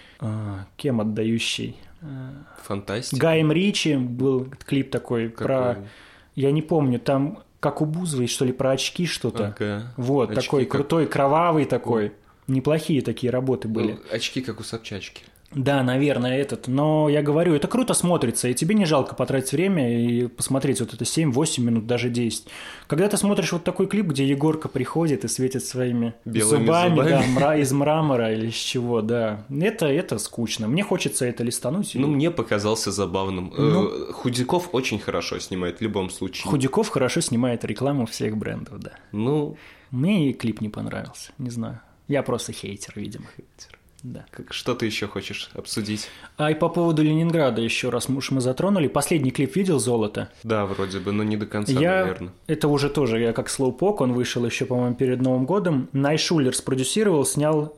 Кем отдающий? Фантастика. Гаем Ричи был клип такой про... Я не помню, там как у Бузовой, что ли, про очки что-то. Ага. Вот, очки такой крутой, кровавый такой. Неплохие такие работы были. Очки, как у Собчачки. Да, наверное, но я говорю, это круто смотрится, и тебе не жалко потратить время и посмотреть вот это 7-8 минут, даже 10. Когда ты смотришь вот такой клип, где Егорка приходит и светит своими зубами. Да, из мрамора или из чего, да, это скучно. Мне хочется это листануть. Ну, мне показался забавным. Худяков очень хорошо снимает в любом случае. Худяков хорошо снимает рекламу всех брендов, да. Ну... Мне и клип не понравился, не знаю. Я просто хейтер, видимо. Да. Что ты еще хочешь обсудить? И по поводу Ленинграда еще раз мы затронули. Последний клип видел «Золото»? Да, вроде бы, но не до конца, наверное. Это уже тоже, я как слоупок, он вышел еще, по-моему, перед Новым годом. Найшулер спродюсировал, снял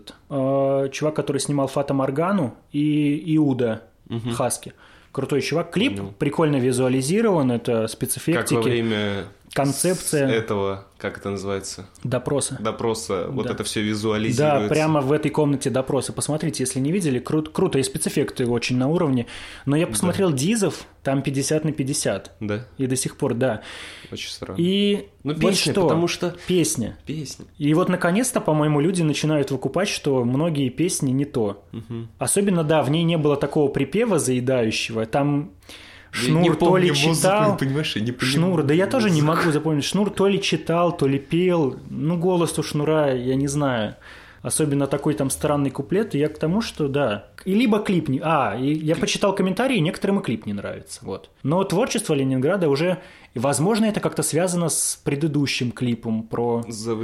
чувак, который снимал «Фата Моргану» и «Иуда» Хаски. Крутой чувак. Клип прикольно визуализирован, это спецэффектики. Как во время концепция этого, как это называется? Допроса. Вот это все визуализируется. Да, прямо в этой комнате допроса. Посмотрите, если не видели, круто, и спецэффекты очень на уровне. Но я посмотрел Дизов, там 50/50. Да? И до сих пор, да. Очень странно. И песня, вот потому что... Песня. Песня. И вот, наконец-то, по-моему, люди начинают выкупать, что многие песни не то. Особенно, да, в ней не было такого припева заедающего. Там... Шнур то ли читал, Шнур, да я тоже не могу запомнить. Шнур то ли читал, то ли пел. Ну, голос у Шнура, я не знаю. Особенно такой там странный куплет. И я к тому, что да. И либо клип не... я почитал комментарии, некоторым и клип не нравится. Вот. Но творчество Ленинграда уже... Возможно, это как-то связано с предыдущим клипом про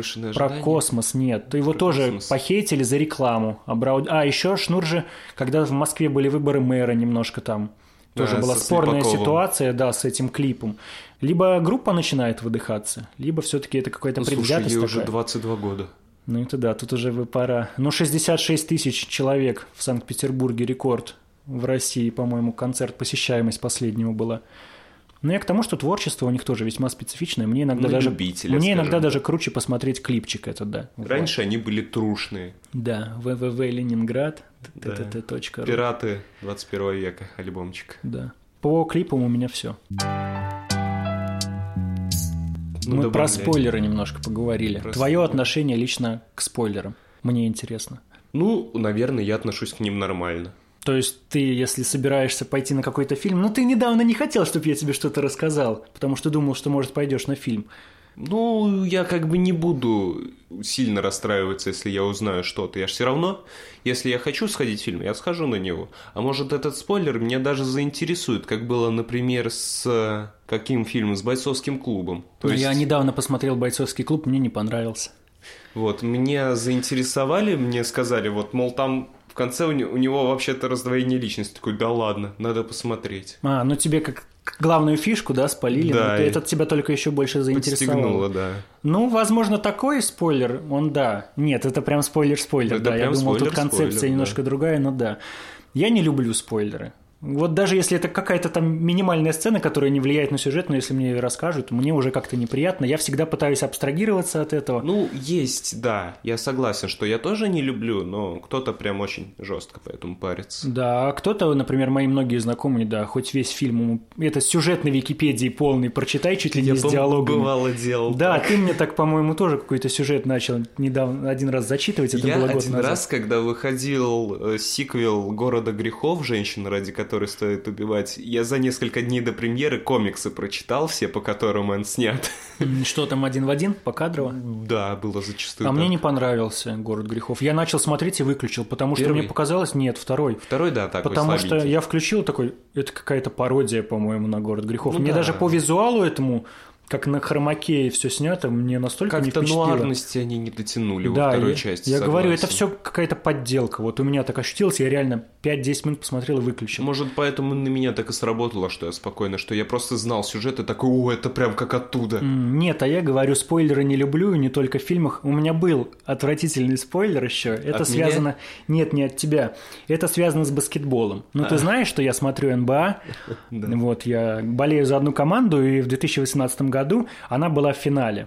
космос. Нет, его тоже похейтили за рекламу. Еще Шнур же, когда в Москве были выборы мэра, немножко там... Тоже была спорная ситуация, да, с этим клипом. Либо группа начинает выдыхаться, либо все-таки это какая-то предвзятость такая. Слушай, ей уже 22 года. Ну это да, тут уже пора. 66 тысяч человек в Санкт-Петербурге, рекорд. В России, по-моему, концерт, посещаемость последнего была. Но я к тому, что творчество у них тоже весьма специфичное. Мне иногда даже круче посмотреть клипчик этот, да. Раньше они были трушные. Да, ВВВ-Ленинград, ТТТ.ру. Пираты 21 века, альбомчик. Да. По клипам у меня все. Мы про спойлеры немножко поговорили. Твое отношение лично к спойлерам. Мне интересно. Ну, наверное, я отношусь к ним нормально. То есть ты, если собираешься пойти на какой-то фильм, ты недавно не хотел, чтобы я тебе что-то рассказал, потому что думал, что, может, пойдешь на фильм. Ну, я как бы не буду сильно расстраиваться, если я узнаю что-то. Я же все равно, если я хочу сходить в фильм, я схожу на него. А может, этот спойлер меня даже заинтересует, как было, например, с каким фильмом? С «Бойцовским клубом». Я недавно посмотрел «Бойцовский клуб», мне не понравился. Вот, меня заинтересовали, мне сказали, мол, там... В конце у него вообще-то раздвоение личности. Такой, да ладно, надо посмотреть. Тебе как главную фишку, да, спалили, да, но это тебя только еще больше заинтересовало. Подстегнуло, да. Ну, возможно, такой спойлер, Нет, это прям спойлер-спойлер, да. Я думал, тут концепция немножко другая, но да. Я не люблю спойлеры. Вот даже если это какая-то там минимальная сцена, которая не влияет на сюжет, но если мне ее расскажут, мне уже как-то неприятно. Я всегда пытаюсь абстрагироваться от этого. Ну, есть, да. Я согласен, что я тоже не люблю, но кто-то прям очень жестко по этому парится. Да, а кто-то, например, мои многие знакомые, да, хоть весь фильм, это сюжет на Википедии полный, прочитай чуть ли не с диалогами. Бывало делал. Да, так. Ты мне так, по-моему, тоже какой-то сюжет начал недавно один раз зачитывать, это было год назад. Я один раз, когда выходил сиквел «Города грехов. Женщин, ради которой стоит убивать», я за несколько дней до премьеры комиксы прочитал все, по которым он снят. Что там, один в один, покадрово? Да, было зачастую. А мне не понравился «Город грехов». Я начал смотреть и выключил, потому что мне показалось, нет, второй. Второй, да, такой потому слабенький. Что я включил такой, это какая-то пародия, по-моему, на «Город грехов». Мне даже по визуалу этому... Как на хромаке все снято, мне настолько не впечатлило. Как-то нуарности они не дотянули во второй части. Я говорю, это все какая-то подделка. Вот у меня так ощутилось, я реально 5-10 минут посмотрел и выключил. Может, поэтому на меня так и сработало, что я спокойно, что я просто знал сюжет и такой, это прям как оттуда. Нет, а я говорю, спойлеры не люблю, не только в фильмах. У меня был отвратительный спойлер еще. Это связано... Меня? Нет, не от тебя. Это связано с баскетболом. Ты знаешь, что я смотрю НБА. Вот, я болею за одну команду, и в 2018 году она была в финале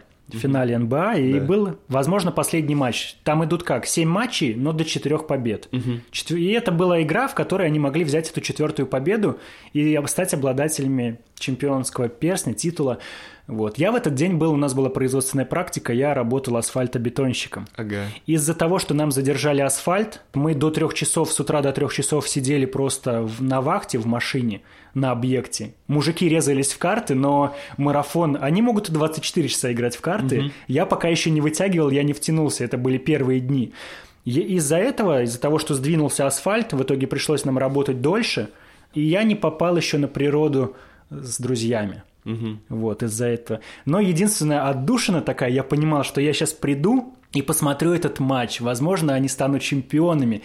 НБА, и был, возможно, последний матч. Там идут 7 матчей, но до 4 побед. И это была игра, в которой они могли взять эту 4-ю победу и стать обладателями чемпионского перстня, титула. Вот. Я в этот день у нас была производственная практика, я работал асфальтобетонщиком. Ага. Из-за того, что нам задержали асфальт, мы до 3 часов, с утра до 3 часов сидели просто на вахте в машине, на объекте. Мужики резались в карты, но марафон... Они могут и 24 часа играть в карты. Я пока еще не вытягивал, я не втянулся, это были первые дни. Из-за того, что сдвинулся асфальт, в итоге пришлось нам работать дольше, и я не попал еще на природу с друзьями. Вот, из-за этого. Но единственная отдушина такая, я понимал, что я сейчас приду и посмотрю этот матч. Возможно, они станут чемпионами.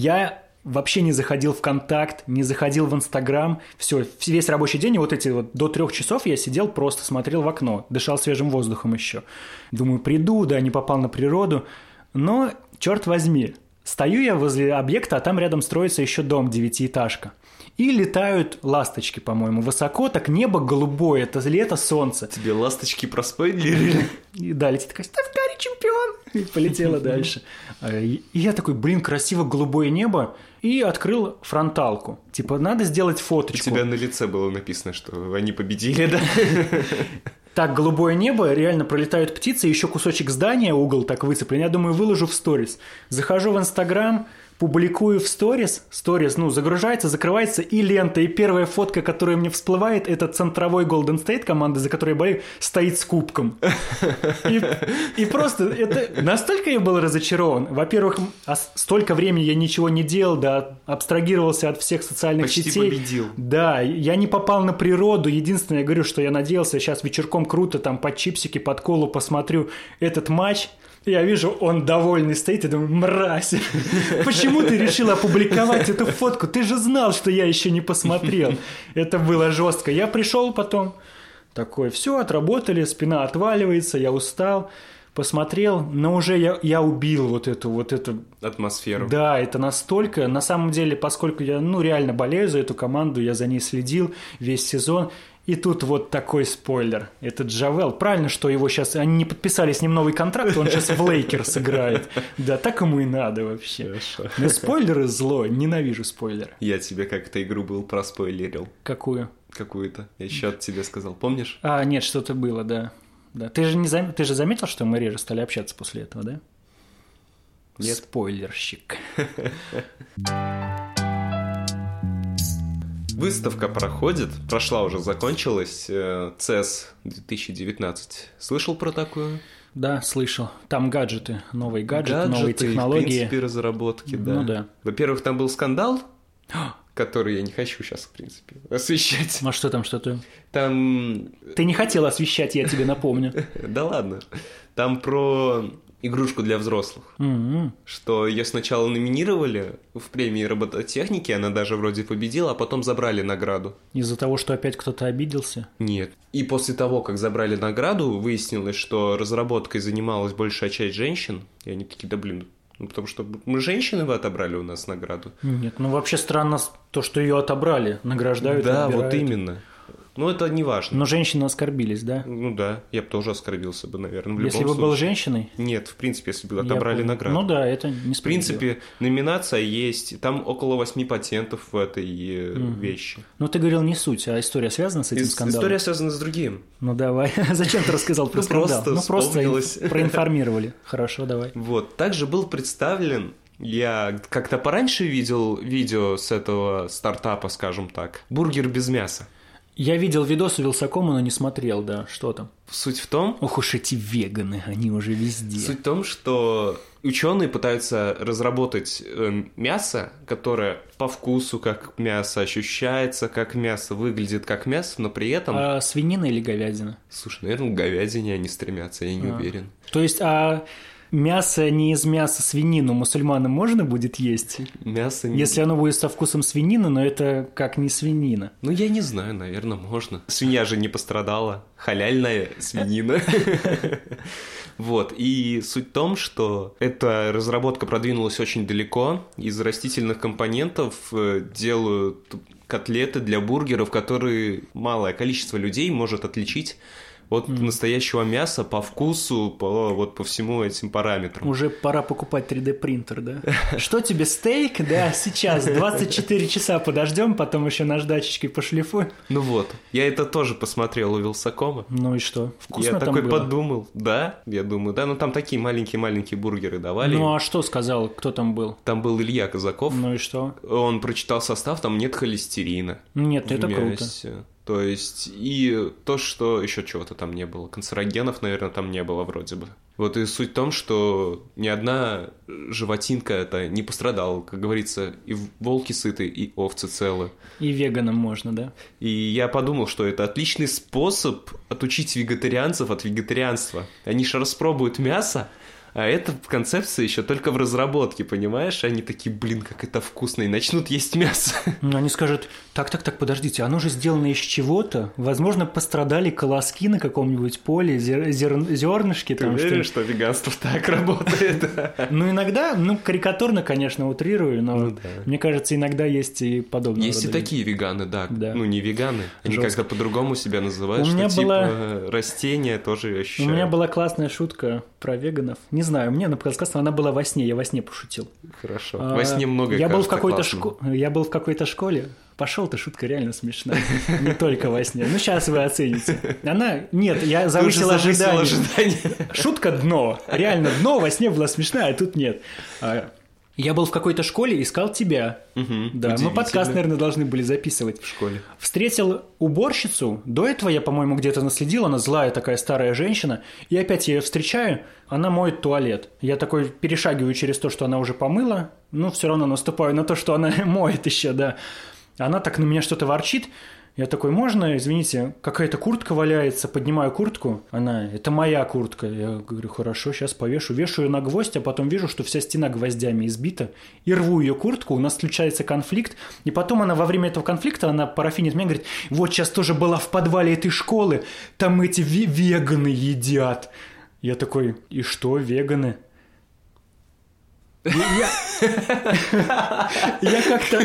Я вообще не заходил в «Контакт», не заходил в Инстаграм. Все, весь рабочий день, до 3 часов я сидел, просто смотрел в окно, дышал свежим воздухом еще. Думаю, приду, да, не попал на природу. Но, черт возьми, стою я возле объекта, а там рядом строится еще дом, 9-этажка. И летают ласточки, по-моему, высоко, так небо голубое, это лето, солнце. Тебе ласточки проспойлерили? Да, летит такая, Стеф Карри чемпион! И полетела дальше. И я такой, красиво голубое небо, и открыл фронталку. Надо сделать фоточку. У тебя на лице было написано, что они победили, да? Так, голубое небо, реально пролетают птицы, еще кусочек здания, угол так выцеплен. Я думаю, выложу в сторис. Захожу в Инстаграм, публикую в сторис, загружается, закрывается, и лента, и первая фотка, которая мне всплывает, это центровой Golden State, команда, за которой я болею, стоит с кубком. И просто, это настолько я был разочарован. Во-первых, столько времени я ничего не делал, да, абстрагировался от всех социальных сетей. Почти победил. Да, я не попал на природу. Единственное, я говорю, что я надеялся, сейчас вечерком круто, там, под чипсики, под колу посмотрю этот матч. Я вижу, он довольный стоит, и думаю, мразь, почему ты решил опубликовать эту фотку? Ты же знал, что я еще не посмотрел. Это было жестко. Я пришел потом, такой, все, отработали, спина отваливается, я устал. посмотрел, но уже я убил вот эту... Атмосферу. Да, это настолько... На самом деле, поскольку я, реально болею за эту команду, я за ней следил весь сезон, и тут вот такой спойлер. Это Джавел. Правильно, что его сейчас... Они не подписали с ним новый контракт, он сейчас в Лейкерс играет. Да, так ему и надо вообще. Хорошо. Но спойлеры зло, ненавижу спойлеры. Я тебе как-то игру был проспойлерил. Какую? Какую-то. Я еще от тебя сказал, помнишь? Нет, что-то было, да. Да. Ты же заметил, что мы реже стали общаться после этого, да? Нет. Спойлерщик. Выставка прошла уже, закончилась, CES 2019. Слышал про такую? Да, слышал. Там гаджеты, новые новые технологии. В принципе, разработки, да. Ну да. Во-первых, там был скандал, который я не хочу сейчас, в принципе, освещать. А что там? Там... Ты не хотел освещать, я тебе напомню. Да ладно. Там про игрушку для взрослых. Что ее сначала номинировали в премии робототехники, она даже вроде победила, а потом забрали награду. Из-за того, что опять кто-то обиделся? Нет. И после того, как забрали награду, выяснилось, что разработкой занималась большая часть женщин, и они такие, да блин, потому что мы женщины вы отобрали у нас награду. Нет, вообще странно то, что ее отобрали, награждают. Да, отбирают. вот именно. Но это не важно. Но женщины оскорбились, да? Ну да, я бы тоже оскорбился бы, наверное, в любом случае. Если бы был женщиной? Нет, в принципе, если бы отобрали награду. Ну да, это не В принципе, номинация есть, там около 8 патентов в этой вещи. Ну ты говорил не суть, а история связана с этим скандалом? История связана с другим. Ну давай, зачем ты рассказал про скандал? Просто проинформировали. Хорошо, давай. Вот, также был представлен... Я как-то пораньше видел видео с этого стартапа, скажем так. Бургер без мяса. Я видел видос у Вилсакома, но не смотрел, да. Что там? Суть в том... Ох уж эти веганы, они уже везде. Суть в том, что ученые пытаются разработать мясо, которое по вкусу как мясо, ощущается как мясо, выглядит как мясо, но при этом... А свинина или говядина? Слушай, наверное, к говядине они стремятся, я не уверен. То есть, мясо не из мяса свинину мусульманам можно будет есть? Мясо не... Если оно будет со вкусом свинины, но это как не свинина. Ну, я не знаю, наверное, можно. Свинья же не пострадала. Халяльная свинина. Вот, и суть в том, что эта разработка продвинулась очень далеко. Из растительных компонентов делают котлеты для бургеров, которые малое количество людей может отличить от настоящего мяса по вкусу, по всему этим параметрам. Уже пора покупать 3D-принтер, да? Что тебе, стейк? Да, сейчас, 24 часа подождем, потом еще наждачечкой пошлифуем. Ну вот, я это тоже посмотрел у Вилсакома. Ну и что? Вкусно я там такой было? Подумал, да, я думаю, да, ну там такие маленькие-маленькие бургеры давали. Ну а что сказал, кто там был? Там был Илья Казаков. Ну и что? Он прочитал состав, там нет холестерина. Нет, это круто. То есть, и то, что еще чего-то там не было. Канцерогенов, наверное, там не было вроде бы. Вот и суть в том, что ни одна животинка это не пострадала. Как говорится, и волки сыты, и овцы целы. И веганам можно, да? И я подумал, что это отличный способ отучить вегетарианцев от вегетарианства. Они же распробуют мясо, а эта концепция еще только в разработке, понимаешь? Они такие, блин, как это вкусно, и начнут есть мясо. Они скажут, так, подождите, оно же сделано из чего-то. Возможно, пострадали колоски на каком-нибудь поле, зернышки. Ты уверен, что веганство так работает? Ну, иногда, карикатурно, конечно, утрирую, но мне кажется, иногда есть и подобное. Есть и такие веганы, да. Ну, не веганы, они как-то по-другому себя называют, что типа растения тоже ощущают. У меня была классная шутка про веганов. Не знаю, мне подсказка, она была во сне, я во сне пошутил. Хорошо. Во сне многое я кажется Я был в какой-то школе. Пошел ты, шутка реально смешная. Не только во сне. Ну, сейчас вы оцените. Нет, я завысил ожидания. Шутка дно. Реально дно, во сне была смешная, а тут нет. Я был в какой-то школе, искал тебя. Да, мы подкаст, наверное, должны были записывать. В школе. Встретил уборщицу. До этого я, по-моему, где-то наследил. Она злая такая старая женщина. И опять я ее встречаю. Она моет туалет. Я такой перешагиваю через то, что она уже помыла. Но все равно наступаю на то, что она моет еще, да. Она так на меня что-то ворчит. Я такой, можно, извините, какая-то куртка валяется, поднимаю куртку. Она, это моя куртка. Я говорю, хорошо, сейчас повешу. Вешу ее на гвоздь, а потом вижу, что вся стена гвоздями избита. И рву ее куртку, у нас случается конфликт. И потом она во время этого конфликта, она парафинит меня и говорит, вот сейчас тоже была в подвале этой школы, там эти веганы едят. Я такой, и что, веганы? Я как-то...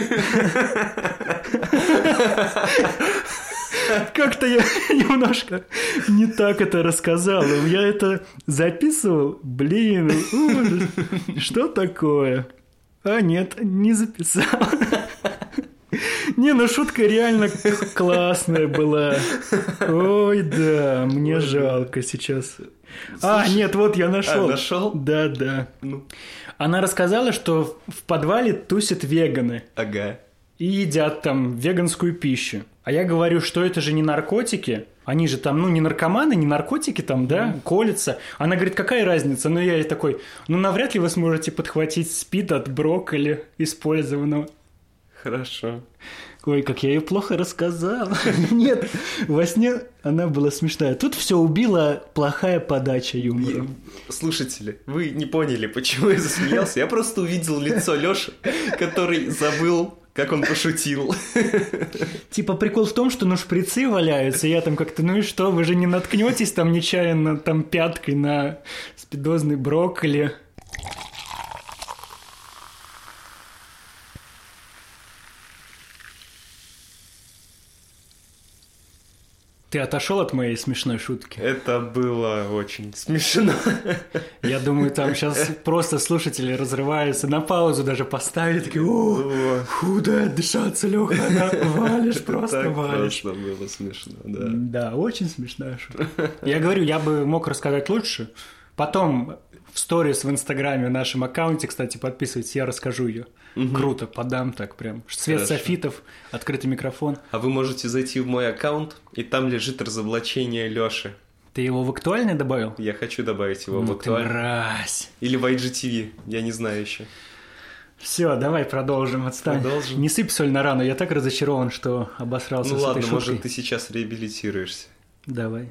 Как-то я немножко не так это рассказал. Я это записывал. Блин, ужас. Что такое? А нет, не записал. Не, ну шутка реально классная была. Ой, да, мне жалко сейчас. Нет, вот я нашел. Нашел? Да. Ну. Она рассказала, что в подвале тусят веганы. Ага. И едят там веганскую пищу. А я говорю, что это же не наркотики. Они же там, не наркоманы, не наркотики там, да, колются. Она говорит, какая разница? Ну, я ей такой, навряд ли вы сможете подхватить СПИД от брокколи использованного. Хорошо. Ой, как я ее плохо рассказал. Нет, во сне она была смешная. Тут все убила плохая подача юмора. Слушатели, вы не поняли, почему я засмеялся. Я просто увидел лицо Лёши, который забыл, как он пошутил. Типа прикол в том, что шприцы валяются, я там как-то, и что, вы же не наткнетесь там нечаянно там пяткой на спидозный брокколи. Ты отошел от моей смешной шутки? Это было очень смешно. Я думаю, там сейчас просто слушатели разрываются, на паузу даже поставили, такие, да, дышаться, Лёха, валишь, просто валишь. Просто было смешно, да. Да, очень смешная шутка. Я говорю, я бы мог рассказать лучше. Потом в сторис в Инстаграме, в нашем аккаунте, кстати, подписывайтесь, я расскажу ее. Круто, подам так прям. Свет Хорошо. Софитов, открытый микрофон. А вы можете зайти в мой аккаунт, и там лежит разоблачение Лёши. Ты его в актуальный добавил? Я хочу добавить его в актуальный. Ты мразь. Или в IGTV, я не знаю еще. Все, давай продолжим, отстань. Продолжим. Не сыпь соль на рану, я так разочарован, что обосрался с этой шуткой. Может, ты сейчас реабилитируешься. Давай.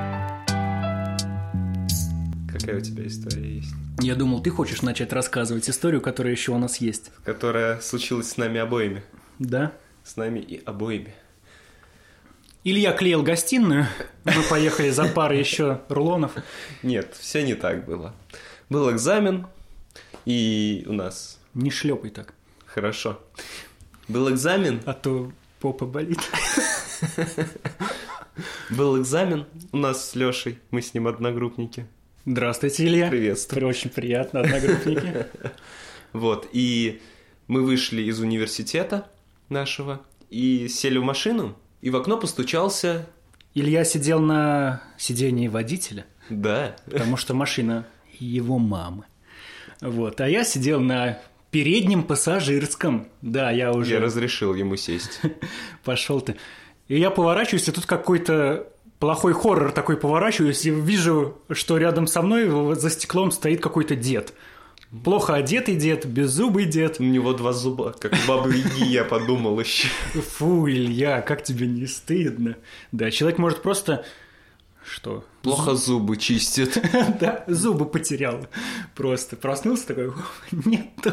Какая у тебя история есть? Я думал, ты хочешь начать рассказывать историю, которая еще у нас есть. Которая случилась с нами обоими. Да? С нами и обоими. Илья клеил гостиную, мы поехали за парой еще рулонов. Нет, все не так было. Был экзамен, и у нас... Не шлепай так. Хорошо. Был экзамен. А то попа болит. Был экзамен у нас с Лешей, мы с ним одногруппники. Здравствуйте, Илья. Приветствую. Очень приятно, одногруппники. Вот, и мы вышли из университета нашего и сели в машину, и в окно постучался... Илья сидел на сидении водителя. Да. Потому что машина его мамы. Вот, а я сидел на переднем пассажирском. Да, я уже... Я разрешил ему сесть. Пошел ты. И я поворачиваюсь, и тут какой-то... Плохой хоррор такой, поворачиваюсь и вижу, что рядом со мной за стеклом стоит какой-то дед. Плохо одетый дед, беззубый дед. У него 2 зуба, как у бабы Яги, я подумал еще. Фу, Илья, как тебе не стыдно? Да, человек может просто... Что? Плохо зубы чистит. Да, зубы потерял. Просто проснулся такой, нету.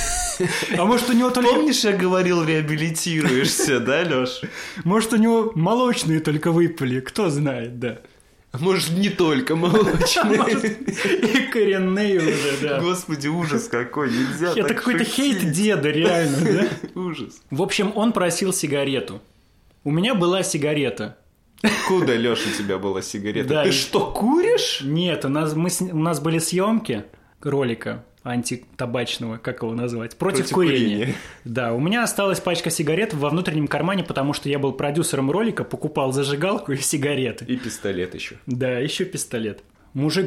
А может у него только... Помнишь, я говорил, реабилитируешься, да, Лёш? Может у него молочные только выпали, кто знает, да. А может не только молочные. И коренные уже, да. Господи, ужас какой, нельзя. Это какой-то хейт деда, реально, да? Ужас. В общем, он просил сигарету. У меня была сигарета. Куда, Лёша, у тебя была сигарета? Да, ты что, куришь? Нет, у нас были съемки ролика антитабачного, как его назвать, против курения. Да, у меня осталась пачка сигарет во внутреннем кармане, потому что я был продюсером ролика, покупал зажигалку и сигареты. И пистолет еще. Да, еще пистолет. Мужик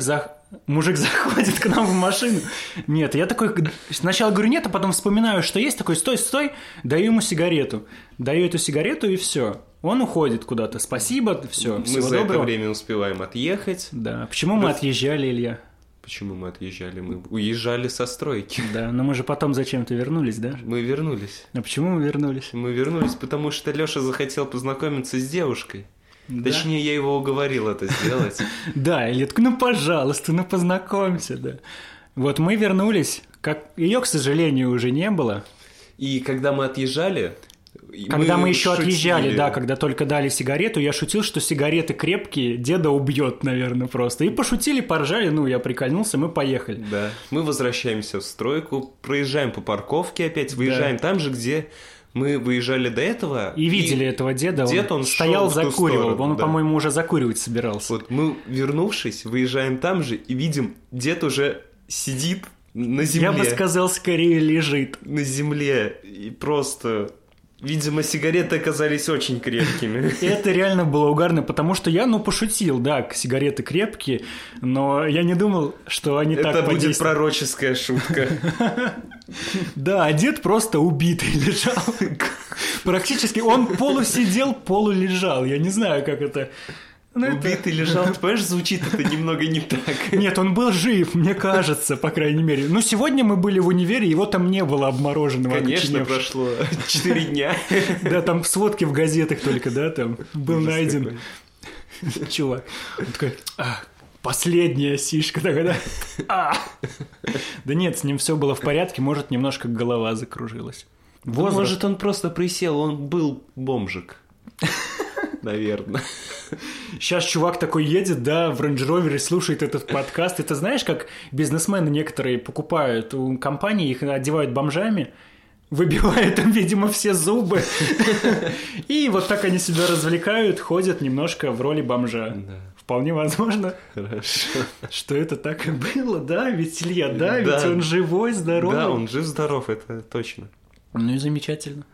заходит к нам в машину. Нет, я такой сначала говорю нет, а потом вспоминаю, что есть, такой стой, даю ему сигарету. Даю эту сигарету и все. Он уходит куда-то. Спасибо, все. Мы за это время успеваем отъехать. Да. Почему мы отъезжали, Илья? Почему мы отъезжали? Мы уезжали со стройки. Да, но мы же потом зачем-то вернулись, да? Мы вернулись. А почему мы вернулись? Мы вернулись, потому что Лёша захотел познакомиться с девушкой. Да? Точнее, я его уговорил это сделать. Да, Илья, пожалуйста, познакомься, да. Вот мы вернулись, ее, к сожалению, уже не было. И когда мы отъезжали, Когда мы еще отъезжали, да, когда только дали сигарету, я шутил, что сигареты крепкие, деда убьет, наверное, просто. И пошутили, поржали, я прикольнулся, мы поехали. Да, мы возвращаемся в стройку, проезжаем по парковке опять, выезжаем там же, где мы выезжали до этого. И видели этого деда, он стоял, закуривал, он, по-моему, уже закуривать собирался. Вот мы, вернувшись, выезжаем там же и видим, дед уже сидит на земле. Я бы сказал, скорее лежит. На земле, и просто... Видимо, сигареты оказались очень крепкими. Это реально было угарно, потому что я, пошутил, да, сигареты крепкие, но я не думал, что они так подействуют. Это будет пророческая шутка. Да, а дед просто убитый лежал. Практически он полусидел, полулежал. Я не знаю, как это... Убитый лежал, ты понимаешь, звучит это немного не так. Нет, он был жив, мне кажется, по крайней мере. Сегодня мы были в универе, его там не было обмороженного. Конечно, прошло 4 дня. Да, там сводки в газетах только, да, там был найден чувак. Он такой, последняя сишка такая, да? Да нет, с ним все было в порядке, может, немножко голова закружилась. Может, он просто присел, он был бомжик. Наверное. Сейчас чувак такой едет, да, в Range Rover, слушает этот подкаст. Это знаешь, как бизнесмены некоторые покупают у компании, их одевают бомжами, выбивают им, видимо, все зубы. И вот так они себя развлекают, ходят немножко в роли бомжа. Вполне возможно, что это так и было, да? Ведь Илья, да? Ведь он живой, здоровый. Да, он жив-здоров, это точно. Ну и замечательно.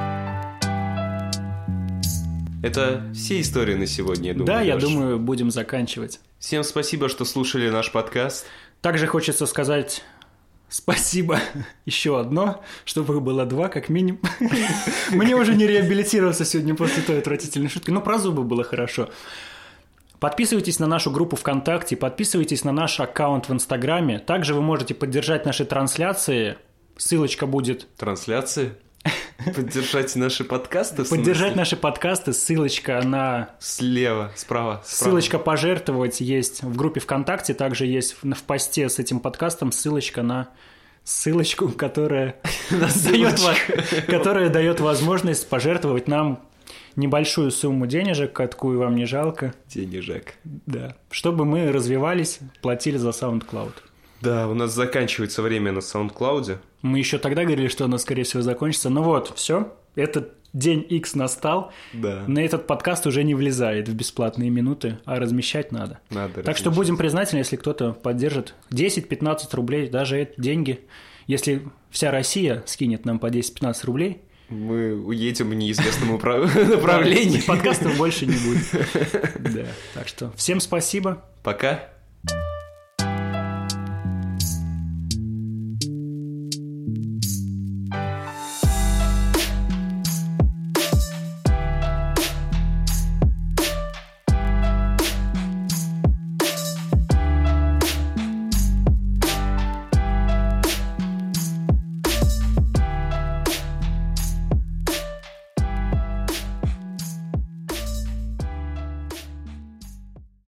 Это все истории на сегодня, я думаю. Да, я думаю, будем заканчивать. Всем спасибо, что слушали наш подкаст. Также хочется сказать спасибо еще одно, чтобы их было 2, как минимум. Мне уже не реабилитироваться сегодня после той отвратительной шутки. Но про зубы было хорошо. Подписывайтесь на нашу группу ВКонтакте, подписывайтесь на наш аккаунт в Инстаграме. Также вы можете поддержать наши трансляции. Ссылочка будет... Трансляции? Поддержать наши подкасты? Поддержать наши подкасты, ссылочка на... Слева, справа. Ссылочка пожертвовать есть в группе ВКонтакте, также есть в посте с этим подкастом ссылочка на ссылочку, которая дает возможность пожертвовать нам небольшую сумму денежек, какую вам не жалко. Денежек. Да. Чтобы мы развивались, платили за SoundCloud. Да, у нас заканчивается время на SoundCloud. Мы еще тогда говорили, что оно, скорее всего, закончится. Ну вот, все. Этот день X настал. Да. На этот подкаст уже не влезает в бесплатные минуты, а размещать надо. Так что будем признательны, если кто-то поддержит. 10-15 рублей, даже это деньги. Если вся Россия скинет нам по 10-15 рублей... Мы уедем в неизвестном направлении. Подкастов больше не будет. Так что всем спасибо. Пока.